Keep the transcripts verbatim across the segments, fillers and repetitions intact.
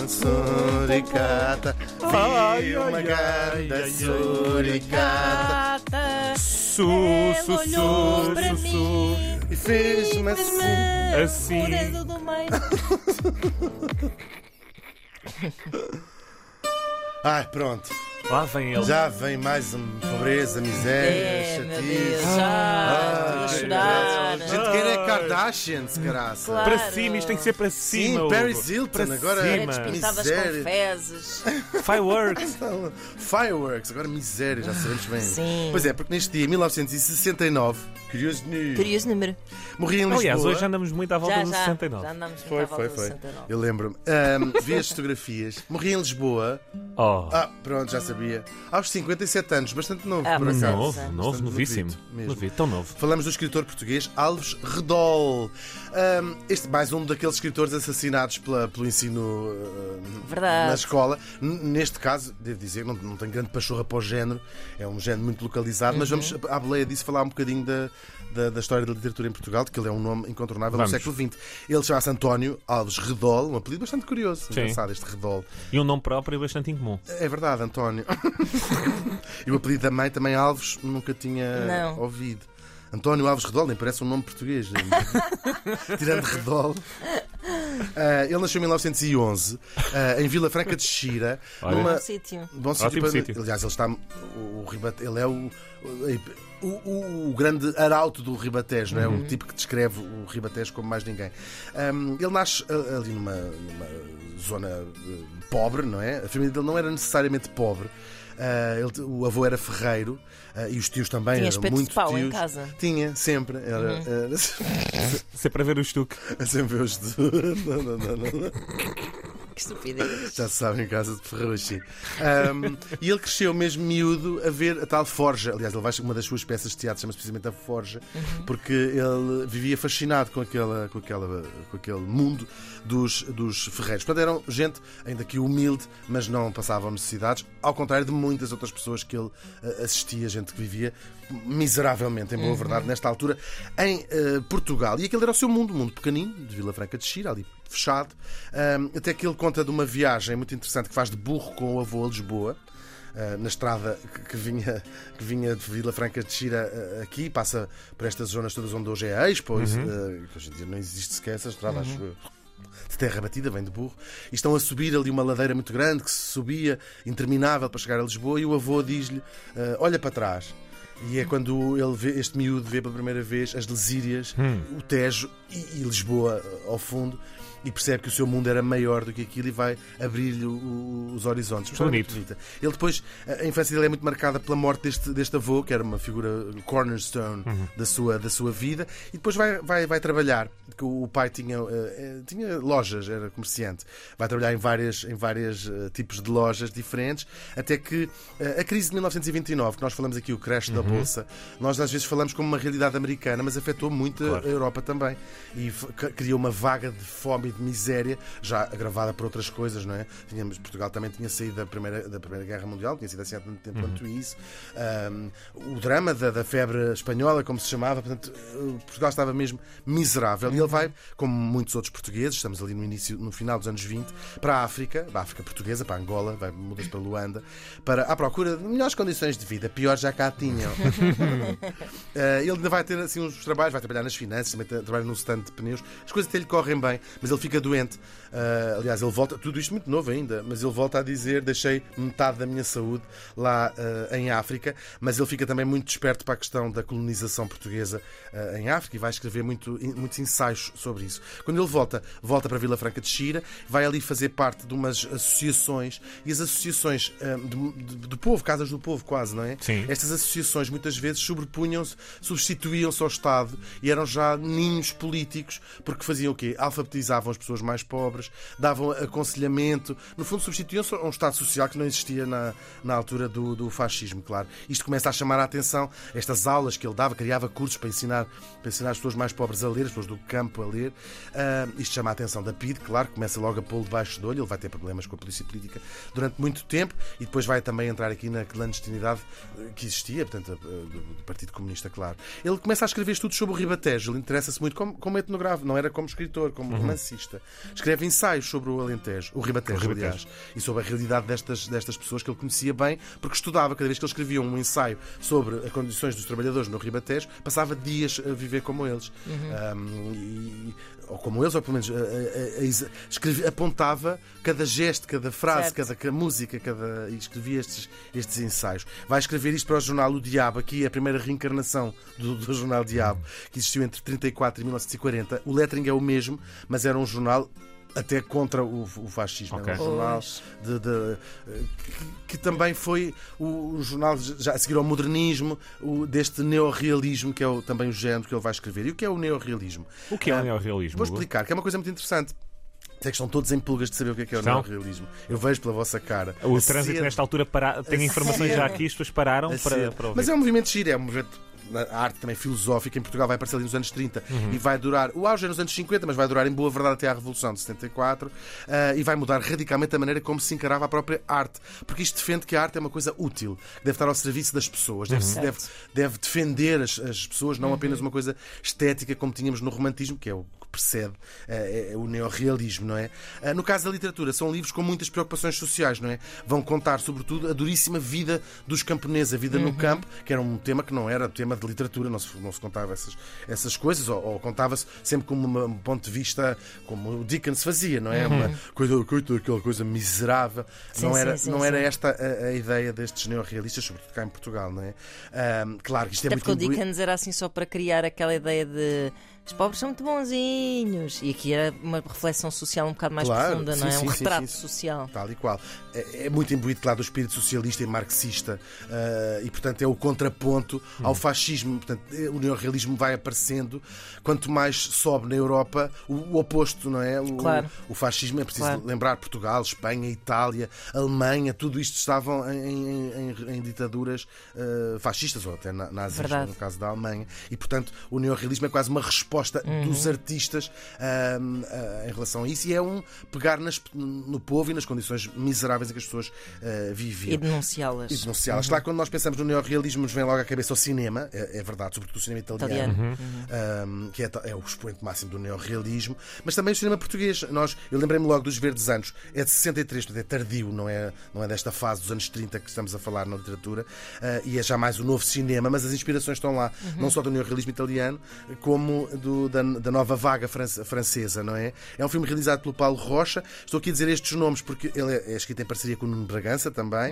suricata. Vi uma grande suricata. Su, su, Ela olhou su, para su, mim E fez-me assim. Assim. o dedo do meio. Ai, pronto. Lá vem ele. Já vem mais uma pobreza, miséria, É, meu Deus, chatice. já, estou a chorar. Gente, quem é Kardashians, caraça? Claro. Para cima, isto tem que ser para cima. Sim, Hugo. Paris Hilton, Para agora Era cima. despintadas Miséria. com fezes. Fireworks. Fireworks, agora miséria, já sabemos bem. Sim. Pois é, porque neste dia, mil novecentos e sessenta e nove, curioso news, Curioso número. morri em Lisboa. Aliás, hoje andamos muito à volta Já, dos já. sessenta e nove. Já andamos muito Foi, à volta foi, do foi. sessenta e nove. Eu lembro-me. Ahm, vi as fotografias. Morri em Lisboa. Oh, Ah, pronto, já sabia. Aos cinquenta e sete anos, bastante novo. Ah, por mas acaso. é, novo, Bastante novo, novíssimo. novito mesmo. Novíssimo, tão novo. Falamos do escritor português Alves Redol. Ahm, este mais um daqueles escritores assassinados pela- pelo ensino ah, Verdade. na escola. N- Neste caso, devo dizer, não, não tenho grande pachorra para o género, é um género muito localizado, mas vamos à boleia disso falar um bocadinho da, da, da história da literatura em Portugal, que ele é um nome incontornável Vamos. no século vinte. Ele chama-se António Alves Redol, um apelido bastante curioso, Sim. engraçado este Redol. E um nome próprio bastante incomum. É verdade, António. E o apelido da mãe também Alves, nunca tinha Não. ouvido. António Alves Redol, nem parece um nome português. Tirando Redol. Ah, ele nasceu em mil novecentos e onze, ah, em Vila Franca de Xira. Olha. Numa... Bom sítio. Bom sítio Ótimo para... sítio. Aliás, ele está. O, o Ribate... Ele é o. O, o- o grande arauto do Ribatejo, não é? O tipo que descreve o Ribatejo como mais ninguém. Um, ele nasce ah, ali numa, numa zona eh, pobre, não é? A família dele não era necessariamente pobre. Ah, ele- o avô era ferreiro ah, e os tios também Tinha eram espeto muito de pau tios. em casa. Tinha, sempre. Era, era Se é para ver o estuque. sempre os de... não, não, não, não. Que estupidez. Já se sabe, em casa de Ferraroxi. Um, e ele cresceu mesmo miúdo a ver a tal forja. Aliás, ele vai uma das suas peças de teatro chama-se precisamente a Forja, porque ele vivia fascinado com, aquela, com, aquela, com aquele mundo dos, dos ferreiros. Portanto, eram gente ainda que humilde, mas não passavam necessidades, ao contrário de muitas outras pessoas que ele eh, assistia, gente que vivia miseravelmente, em boa verdade, nesta altura, em eh, Portugal. E aquele era o seu mundo, um mundo pequenino, de Vila Franca de Xira, ali fechado, um, até que ele conta de uma viagem muito interessante que faz de burro com o avô a Lisboa, uh, na estrada que, que, vinha, que vinha de Vila Franca de Xira uh, aqui, passa por estas zonas todas onde hoje é a Expo, uhum. isso, uh, que hoje em dia não existe sequer essa estrada, uhum. acho eu. De terra batida, vem de burro, e estão a subir ali uma ladeira muito grande que se subia interminável para chegar a Lisboa, e o avô diz-lhe: uh, olha para trás. E é quando ele vê, este miúdo vê pela primeira vez as Lesírias, hum. o Tejo e, e Lisboa ao fundo, e percebe que o seu mundo era maior do que aquilo e vai abrir-lhe os horizontes. Bonito. Ele depois, a infância dele é muito marcada pela morte deste, deste avô, que era uma figura cornerstone uhum. da, sua, da sua vida, e depois vai, vai, vai trabalhar, porque o pai tinha, uh, tinha lojas, era comerciante, vai trabalhar em vários em várias, uh, tipos de lojas diferentes, até que uh, a crise de mil novecentos e vinte e nove, que nós falamos aqui, o crash uhum. da Bolsa, nós às vezes falamos como uma realidade americana, mas afetou muito claro. a Europa também, e criou uma vaga de fome e de miséria, já agravada por outras coisas, não é? Tínhamos, Portugal também tinha saído da Primeira, da primeira Guerra Mundial, tinha sido assim há tanto tempo uhum. quanto isso. Um, o drama da, da febre espanhola, como se chamava, portanto, Portugal estava mesmo miserável. Uhum. E ele vai, como muitos outros portugueses, estamos ali no início, no final dos anos vinte, para a África, para a África portuguesa, para Angola, vai muda-se para Luanda, para, à procura de melhores condições de vida. Pior já cá tinham. uh, ele ainda vai ter assim uns trabalhos, vai trabalhar nas finanças, também trabalha num stand de pneus. As coisas até lhe correm bem, mas ele fica doente. Uh, aliás, ele volta, tudo isto muito novo ainda, mas ele volta a dizer: deixei metade da minha saúde lá uh, em África, mas ele fica também muito desperto para a questão da colonização portuguesa uh, em África e vai escrever muito, muitos ensaios sobre isso. Quando ele volta, volta para Vila Franca de Xira, vai ali fazer parte de umas associações, e as associações uh, do, do povo, casas do povo quase, não é? Sim. Estas associações muitas vezes sobrepunham-se, substituíam-se ao Estado e eram já ninhos políticos, porque faziam o quê? Alfabetizavam as pessoas mais pobres, davam aconselhamento, no fundo substituíam-se a um Estado social que não existia na, na altura do, do fascismo, claro. Isto começa a chamar a atenção, estas aulas que ele dava, criava cursos para ensinar, para ensinar as pessoas mais pobres a ler, as pessoas do campo a ler. Uh, isto chama a atenção da P I D, claro, começa logo a pô-lo debaixo do olho, ele vai ter problemas com a polícia política durante muito tempo e depois vai também entrar aqui na clandestinidade que existia, portanto, do, do Partido Comunista, claro. Ele começa a escrever estudos sobre o Ribatejo, ele interessa-se muito como, como etnógrafo, não era como escritor, como uhum. romancista. fascista. Escreve ensaios sobre o Alentejo, o Ribatejo, O Ribatejo. aliás, e sobre a realidade destas, destas pessoas que ele conhecia bem, porque estudava. Cada vez que ele escrevia um ensaio sobre as condições dos trabalhadores no Ribatejo, passava dias a viver como eles. Um, e, ou como eles, ou pelo menos a, a, a, escrevia, apontava cada gesto, cada frase, cada, cada música, cada, e escrevia estes, estes ensaios. Vai escrever isto para o jornal O Diabo, aqui é a primeira reencarnação do, do jornal Diabo, que existiu entre trinta e quatro e mil novecentos e quarenta. O lettering é o mesmo, mas era um jornal até contra o, o fascismo. Okay. É um jornal de, de, que, que também foi o, o jornal, já a seguir ao modernismo, o, deste neorrealismo, que é o, também o género que ele vai escrever. E o que é o neorrealismo? O que é o Ah, neorrealismo? Vou explicar, que é uma coisa muito interessante. Sei que estão todos em pulgas de saber o que é, que é o Estão? neorrealismo. Eu vejo pela vossa cara. O A trânsito sede- nesta altura para... tem a informações sede- já aqui, as pessoas pararam a para, sede. para ouvir. Mas é um movimento giro, é um movimento. A arte também filosófica em Portugal vai aparecer ali nos anos trinta e vai durar, o auge é nos anos cinquenta, mas vai durar em boa verdade até à Revolução de setenta e quatro, uh, e vai mudar radicalmente a maneira como se encarava a própria arte, porque isto defende que a arte é uma coisa útil, que deve estar ao serviço das pessoas, deve, deve, deve defender as, as pessoas, não apenas uma coisa estética como tínhamos no romantismo, que é o que precede uh, é o neorrealismo, não é? Uh, no caso da literatura, são livros com muitas preocupações sociais, não é? Vão contar, sobretudo, a duríssima vida dos camponeses, a vida no campo, que era um tema que não era tema de literatura, não se, não se contava essas, essas coisas, ou, ou contava-se sempre como uma- um ponto de vista como o Dickens fazia, não é? Uma coisa, coisa, aquela coisa miserável. Sim, não sim, era, sim, não sim. era esta a, a ideia destes neorrealistas, sobretudo cá em Portugal, não é? Ahm, claro que isto é Até muito porque o imbu- Dickens era assim só para criar aquela ideia de os pobres são muito bonzinhos. E aqui era uma reflexão social um bocado mais Claro, profunda, sim, não é? sim, Um sim, retrato sim, sim. social. Tal e qual. É, é muito imbuído, claro, do espírito socialista e marxista, uh, e, portanto, é o contraponto ao fascismo. Portanto, o neorrealismo vai aparecendo. Quanto mais sobe na Europa, o, o oposto, não é? O, Claro. o fascismo, é preciso Claro. lembrar Portugal, Espanha, Itália, Alemanha, tudo isto estavam em, em- em- em ditaduras uh, fascistas, ou até na- nazis, Verdade. no caso da Alemanha. E, portanto, o neorrealismo é quase uma resposta dos artistas um, uh, em relação a isso, e é um pegar nas- no povo e nas condições miseráveis em que as pessoas uh, viviam. E denunciá-las. E denunciá-las. Claro, quando nós pensamos no neorrealismo, nos vem logo à cabeça o cinema, é, é verdade, sobretudo o cinema italiano, Italiano. um, que é, é o expoente máximo do neorrealismo, mas também o cinema português. Nós, eu lembrei-me logo dos Verdes Anos, é de sessenta e três, portanto é tardio, não é, não é desta fase dos anos trinta que estamos a falar na literatura, uh, e é já mais o novo cinema, mas as inspirações estão lá, não só do neorrealismo italiano, como do, da, da nova vaga fran- francesa, não é? É um filme realizado pelo Paulo Rocha. Estou aqui a dizer estes nomes porque ele é, é escrito em parceria com o Nuno Bragança também.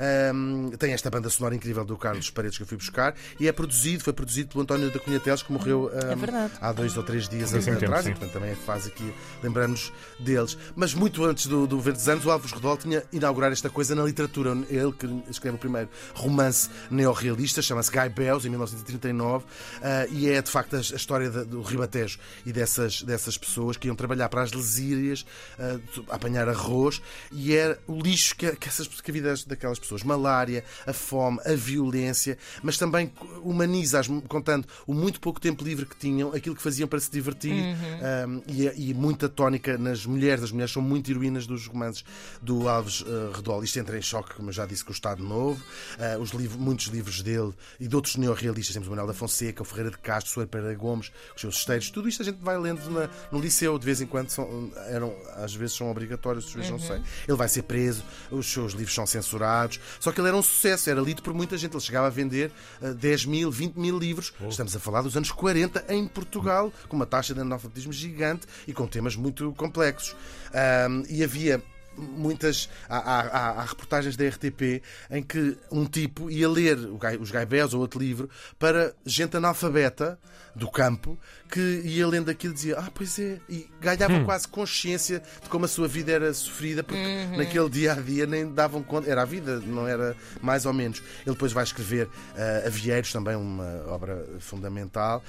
Um, tem esta banda sonora incrível do Carlos Paredes que eu fui buscar, e é produzido, foi produzido pelo António da Cunha Teles, que morreu um, É verdade. há dois ou três dias Sim, sim, atrás, sim. e portanto também faz aqui lembrarmos deles. Mas muito antes do, do Verdes Anos, o Álvares Redol tinha inaugurar esta coisa na literatura. Ele que escreve o primeiro romance neorrealista, chama-se Guy Bells, em mil novecentos e trinta e nove, uh, e é de facto a, a história da- do Ribatejo e dessas, dessas pessoas que iam trabalhar para as lesírias, uh, a apanhar arroz, e era o lixo que, que, essas, que a vida daquelas pessoas, malária, a fome, a violência, mas também humaniza-as, contando o muito pouco tempo livre que tinham, aquilo que faziam para se divertir, um, e, e muita tónica nas mulheres. As mulheres são muito heroínas dos romances do Alves uh, Redol. Isto entra em choque, como eu já disse, com o Estado Novo. Uh, os livros, muitos livros dele e de outros neorrealistas, temos o Manuel da Fonseca, o Ferreira de Castro, o Soeiro Pereira Gomes, os seus esteiros, tudo isto a gente vai lendo na, no liceu, de vez em quando são, eram, às vezes são obrigatórios, às vezes não sei. Ele vai ser preso, os seus livros são censurados, só que ele era um sucesso, era lido por muita gente. Ele chegava a vender uh, dez mil, vinte mil livros. Estamos a falar dos anos quarenta em Portugal, com uma taxa de analfabetismo gigante e com temas muito complexos. Um, e havia muitas há, há, há reportagens da R T P em que um tipo ia ler o Gai- os Gaibés ou outro livro para gente analfabeta do campo, que ia lendo aquilo e dizia, ah, pois é, e ganhava Hum. quase consciência de como a sua vida era sofrida, porque naquele dia a dia nem davam conta, era a vida, não era mais ou menos. Ele depois vai escrever uh, Avieiros, também uma obra fundamental,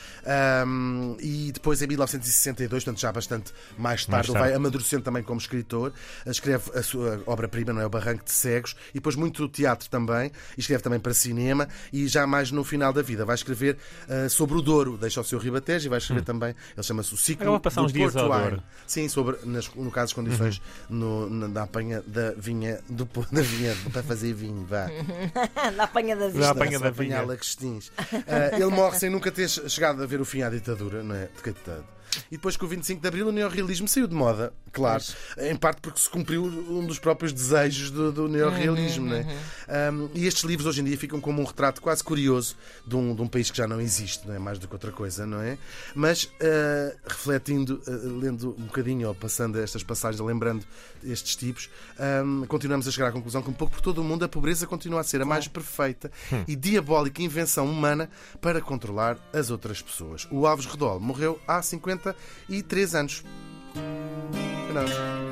um, e depois em mil novecentos e sessenta e dois, portanto já bastante mais tarde, Mais ele tarde. vai amadurecendo também como escritor, escreve a sua obra-prima, não é? O Barranco de Cegos, e depois muito teatro também, e escreve também para cinema, e já mais no final da vida vai escrever uh, sobre o Douro, deixa o seu Ribatejo, e vai escrever também, ele chama-se o Ciclo Agora vai passar do uns dias Porto ao Wine. Douro. Sim, sobre, nas, no caso, as condições no, na, na apanha da vinha, do, da vinha para fazer vinho, vá. Na apanha da Na vista. apanha da apanhar vinha. lagostins. Uh, ele morre sem nunca ter chegado a ver o fim à ditadura, não é? De coitado. E depois, com o vinte e cinco de Abril, o neorrealismo saiu de moda, claro. Pois. Em parte porque se cumpriu um dos próprios desejos do, do neorrealismo. Uhum, não é? Uhum. Um, e estes livros hoje em dia ficam como um retrato quase curioso de um, de um país que já não existe, não é? Mais do que outra coisa, não é? Mas, uh, refletindo, uh, lendo um bocadinho, ou passando estas passagens, lembrando estes tipos, um, continuamos a chegar à conclusão que um pouco por todo o mundo a pobreza continua a ser a mais perfeita hum. e diabólica invenção humana para controlar as outras pessoas. O Alves Redol morreu há cinquenta e três anos. Não.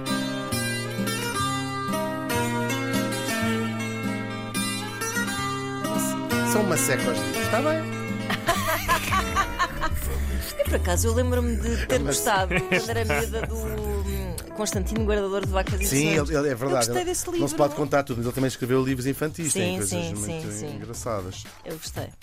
São uma seca aos livros. Está bem. Eu, por acaso, eu lembro-me de ter gostado quando era miúda do Constantino, Guardador de Vacas e Sim, ele, ele, é verdade. Eu gostei desse livro. Não se pode contar tudo, mas ele também escreveu livros infantis, sim, tem coisas sim, muito sim, sim. engraçadas. Eu gostei.